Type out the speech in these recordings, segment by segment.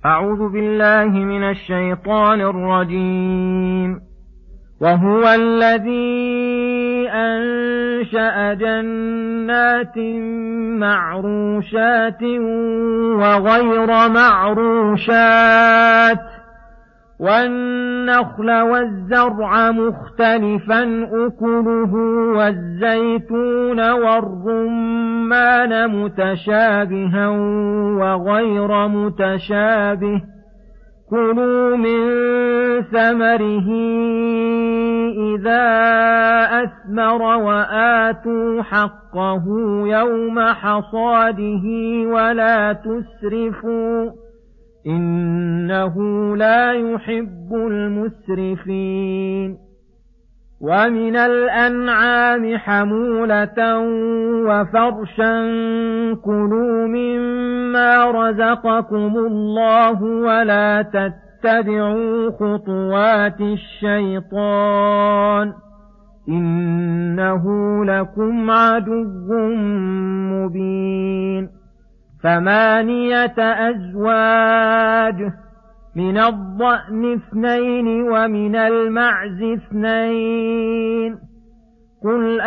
أعوذ بالله من الشيطان الرجيم. وهو الذي أنشأ جنات معروشات وغير معروشات والنخل والزرع مختلفا أكله والزيتون والرمان متشابها وغير متشابه كلوا من ثمره إذا أثمر وآتوا حقه يوم حصاده ولا تسرفوا إنه لا يحب المسرفين. ومن الأنعام حمولة وفرشا كلوا مما رزقكم الله ولا تتبعوا خطوات الشيطان إنه لكم عدو مبين. 8 أزواج من الضأن 2 ومن المعز 2 قل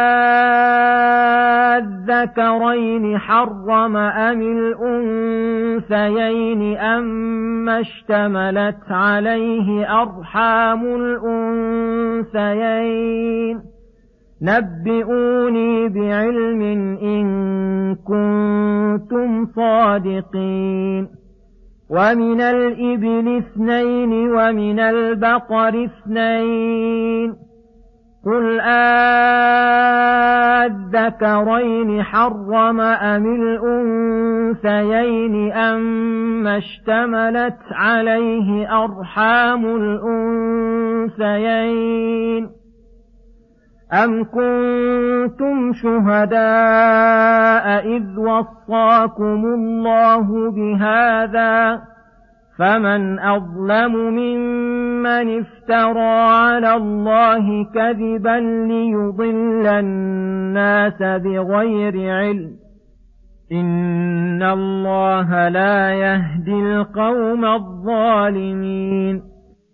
أذكرين حرم أم الأنثيين أما اشتملت عليه أرحام الأنثيين نبئوني بعلم إن كنتم صادقين. ومن الإبل 2 ومن البقر 2 قل أذكرين حرم أم الأنثيين أما اشتملت عليه أرحام الأنثيين أم كنتم شهداء إذ وصاكم الله بهذا فمن أظلم ممن افترى على الله كذبا ليضل الناس بغير علم إن الله لا يهدي القوم الظالمين.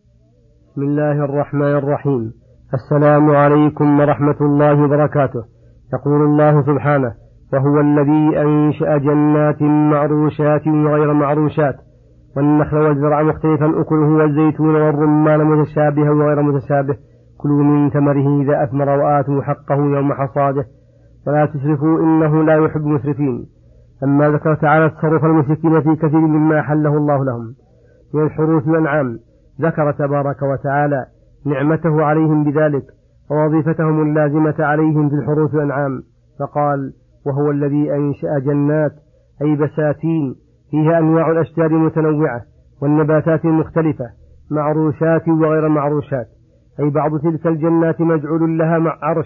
بسم الله الرحمن الرحيم. السلام عليكم ورحمة الله وبركاته. يقول الله سبحانه: وهو الذي أنشأ جنات معروشات وغير معروشات والنخل والزرع مختلفا أكله والزيتون والرمان متشابها وغير متشابه كلوا من ثمره إذا أثمر وآتوا حقه يوم حصاده ولا تسرفوا إنه لا يحب المسرفين. أما ذكر تعالى تصرف المشركين في كثير مما حله الله لهم من الحروث والأنعام، ذكر تبارك وتعالى نعمته عليهم بذلك ووظيفتهم اللازمة عليهم في الحروث والأنعام، فقال: وهو الذي أنشأ جنات أي بساتين فيها أنواع الأشجار المتنوعة والنباتات المختلفة معروشات وغير معروشات، أي بعض تلك الجنات مجعول لها مع عرش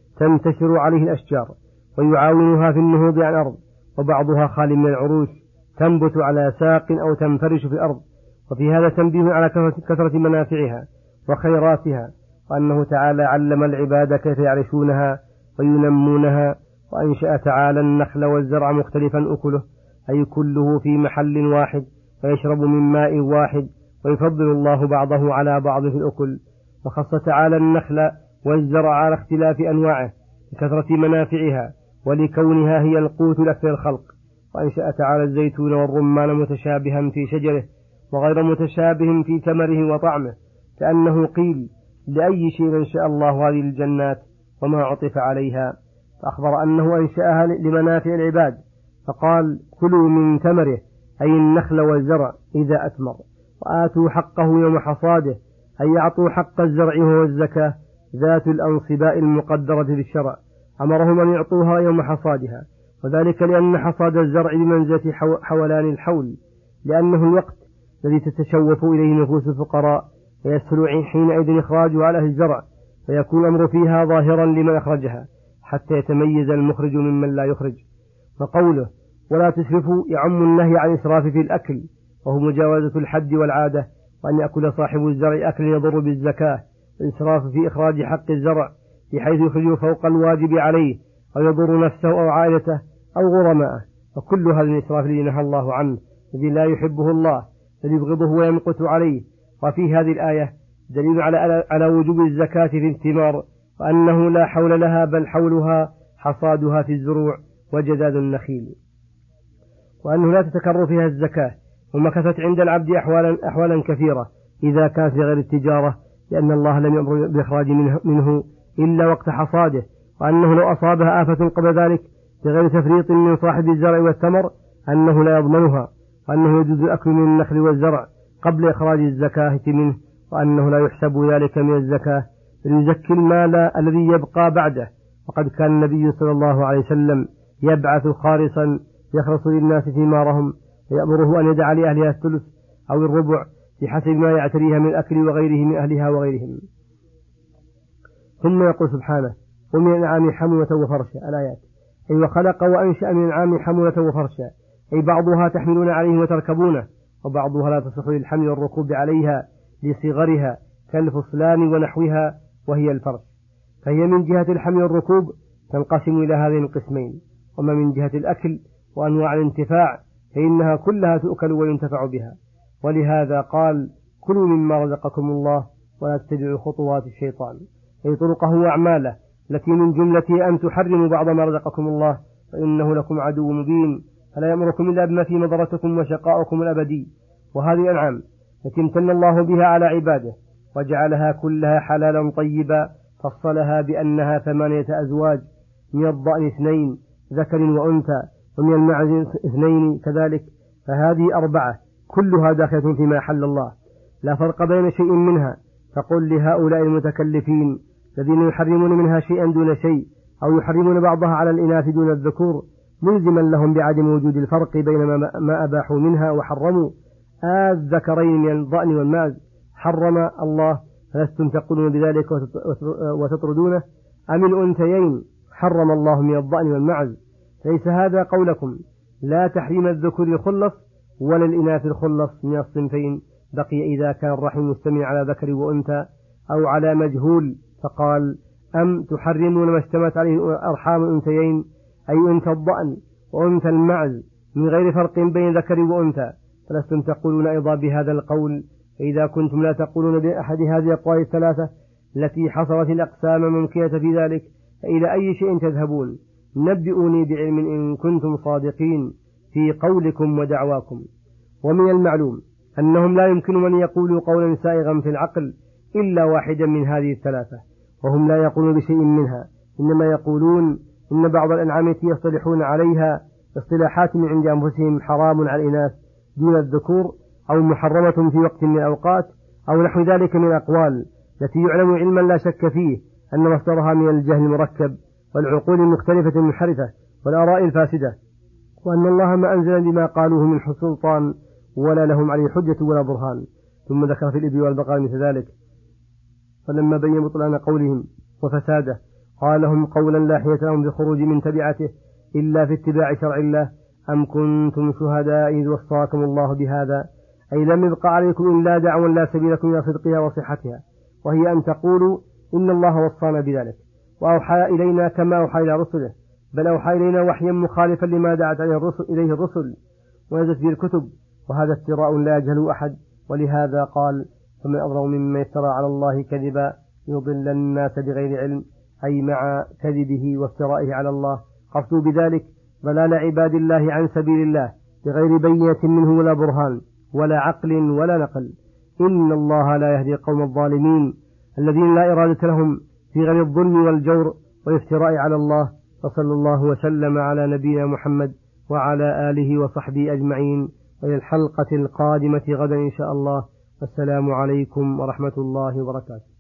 تنتشر عليه الأشجار ويعاونها في النهوض عن الأرض، وبعضها خال من العروش تنبت على ساق أو تنفرش في الأرض. وفي هذا تنبيه على كثرة منافعها وخيراتها، وأنه تعالى علم العباد كيف يعرشونها وينمونها. وأنشأ تعالى النخل والزرع مختلفا أكله أي كله في محل واحد ويشرب من ماء واحد، ويفضل الله بعضه على بعض في الأكل. وخص تعالى النخل والزرع على اختلاف أنواعه لكثرة منافعها ولكونها هي القوت لأكثر الخلق. وأنشأ تعالى الزيتون والرمان متشابها في شجره وغير متشابه في ثمره وطعمه، كأنه قيل: لأي شيء أنشأ الله هذه الجنات وما عطف عليها، فأخبر أنه أنشأها لمنافع العباد، فقال: كلوا من ثمره أي النخل والزرع إذا أثمر وآتوا حقه يوم حصاده، أي أعطوا حق الزرع وهو الزكاة ذات الأنصباء المقدرة في الشرع، أمرهم أن يعطوها يوم حصادها، وذلك لأن حصاد الزرع بمنزلة حولان الحول، لأنه الوقت الذي تتشوف إليه نفوس الفقراء ويسهل حينئذ إخراجها على أهل الزرع، فيكون الأمر فيها ظاهرا لمن أخرجها حتى يتميز المخرج ممن لا يخرج. وقوله: ولا تسرفوا يعم النهي عن إسراف في الأكل، وهو مجاوزة الحد والعادة، وأن يأكل صاحب الزرع أكل يضر بالزكاة، الإسراف في إخراج حق الزرع بحيث يخرجه فوق الواجب عليه أو يضر نفسه أو عائلته أو غرماءه، وكل هذا الإسراف الذي نهى الله عنه الذي لا يحبه الله، بل يبغضه ويمقت عليه. وفي هذه الآية دليل على وجوب الزكاة في الثمار، وأنه لا حول لها بل حولها حصادها في الزروع وجداد النخيل، وأنه لا تتكرر فيها الزكاة. ومكثت عند العبد أحوالا كثيرة إذا كانت لغير التجارة، لأن الله لم يأمر بإخراج منه إلا وقت حصاده، وأنه لو أصابها آفة قبل ذلك بغير تفريط من صاحب الزرع والثمر أنه لا يضمنها، وأنه يجوز الأكل من النخل والزرع قبل إخراج الزكاة منه، وأنه لا يحسب ذلك من الزكاة ليزكي المال الذي يبقى بعده. وقد كان النبي صلى الله عليه وسلم يبعث خارصا يخرص للناس ثمارهم، ويأمره أن يدع لأهلها الثلث أو الربع بحسب ما يعتريها من الأكل وغيره من أهلها وغيرهم. ثم يقول سبحانه: ومن الأنعام حمولة وفرشا. الآيات. أي وخلق وأنشأ من الأنعام حمولة وفرشا، أي بعضها تحملون عليه وتركبونه، وبعضها لا تصح للحمل والركوب عليها لصغرها كالفصلان ونحوها وهي الفرش. فهي من جهة الحمل والركوب تنقسم إلى هذين القسمين. وما من جهة الأكل وأنواع الانتفاع فإنها كلها تؤكل وينتفع بها. ولهذا قال: كلوا مما رزقكم الله ولا تتبعوا خطوات الشيطان، أي طرقه وأعماله التي من جملته أن تحرموا بعض ما رزقكم الله، فإنه لكم عدو مبين، فلا يأمركم إلا بما في مضرتكم وشقاؤكم الأبدي. وهذه الأنعام التي امتن الله بها على عباده وجعلها كلها حلالا طيبا، فصلها بأنها 8 أزواج: من الضأن 2 ذكر وأنثى، ومن المعز 2 كذلك، فهذه 4 كلها داخلة فيما حل الله، لا فرق بين شيء منها. فقل لهؤلاء المتكلفين الذين يحرمون منها شيئا دون شيء، أو يحرمون بعضها على الإناث دون الذكور، ملزما لهم بعدم وجود الفرق بين ما أباحوا منها وحرموا. الذكرين من الضأن والمعز حرم الله، فلستم تقولون بذلك وتطردونه؟ أم الأنثيين حرم الله من الضأن والمعز؟ ليس هذا قولكم. لا تحريم الذكور الخلص ولا الإناث الخلص من الصنفين، بقي إذا كان الرحم مستمع على ذكر وأنثى أو على مجهول. فقال: أم تحرمون ما اشتمت عليه أرحام الأنثيين، أي أنثى الضأن وأنثى المعز من غير فرق بين ذكر وأنثى، فلستم تقولون أيضا بهذا القول. فإذا كنتم لا تقولون بأحد هذه الأقوال الثلاثة التي حصرت الأقسام ممكنة في ذلك، فإلى أي شيء تذهبون؟ نبئوني بعلم إن كنتم صادقين في قولكم ودعواكم. ومن المعلوم أنهم لا يمكن من يقولوا قولا سائغا في العقل إلا واحدا من هذه الثلاثة، وهم لا يقولون بشيء منها، إنما يقولون إن بعض الأنعام يصطلحون عليها اصطلاحات من عند أنفسهم حرام على الإناث دون الذكور، أو محرمة في وقت من الأوقات، أو نحو ذلك من الأقوال التي يعلم علما لا شك فيه أن مصدرها من الجهل المركب والعقول المختلفة المنحرفة والآراء الفاسدة، وأن الله ما أنزل بما قالوه من سلطان ولا لهم عليه حجة ولا برهان. ثم ذكر في الإبل والبقر مثل ذلك، فلما بين بطلان قولهم وفساده قال لهم قولا لا حية لهم بالخروج من تبعته إلا في اتباع شرع الله. أم كنتم شهداء إذ وصاكم الله بهذا، أي لم يبق عليكم إلا دعوة لا سبيل لكم إلى صدقها وصحتها، وهي أن تقولوا إن الله وصانا بذلك وأوحى إلينا كما أوحى إلى رسله، بل أوحى إلينا وحيا مخالفا لما دعت إليه الرسل ونزلت به الكتب، وهذا افتراء لا يجهل أحد. ولهذا قال: فمن أظلم ممن افترى على الله كذبا يضل الناس بغير علم، أي مع كذبه وافترائه على الله قصدوا بذلك ضلال عباد الله عن سبيل الله بغير بينة منه ولا برهان ولا عقل ولا نقل. إن الله لا يهدي القوم الظالمين الذين لا إرادة لهم في غير الظلم والجور والافتراء على الله. وصلى الله وسلم على نبينا محمد وعلى آله وصحبه أجمعين، وإلى الحلقة القادمة غدا إن شاء الله. والسلام عليكم ورحمة الله وبركاته.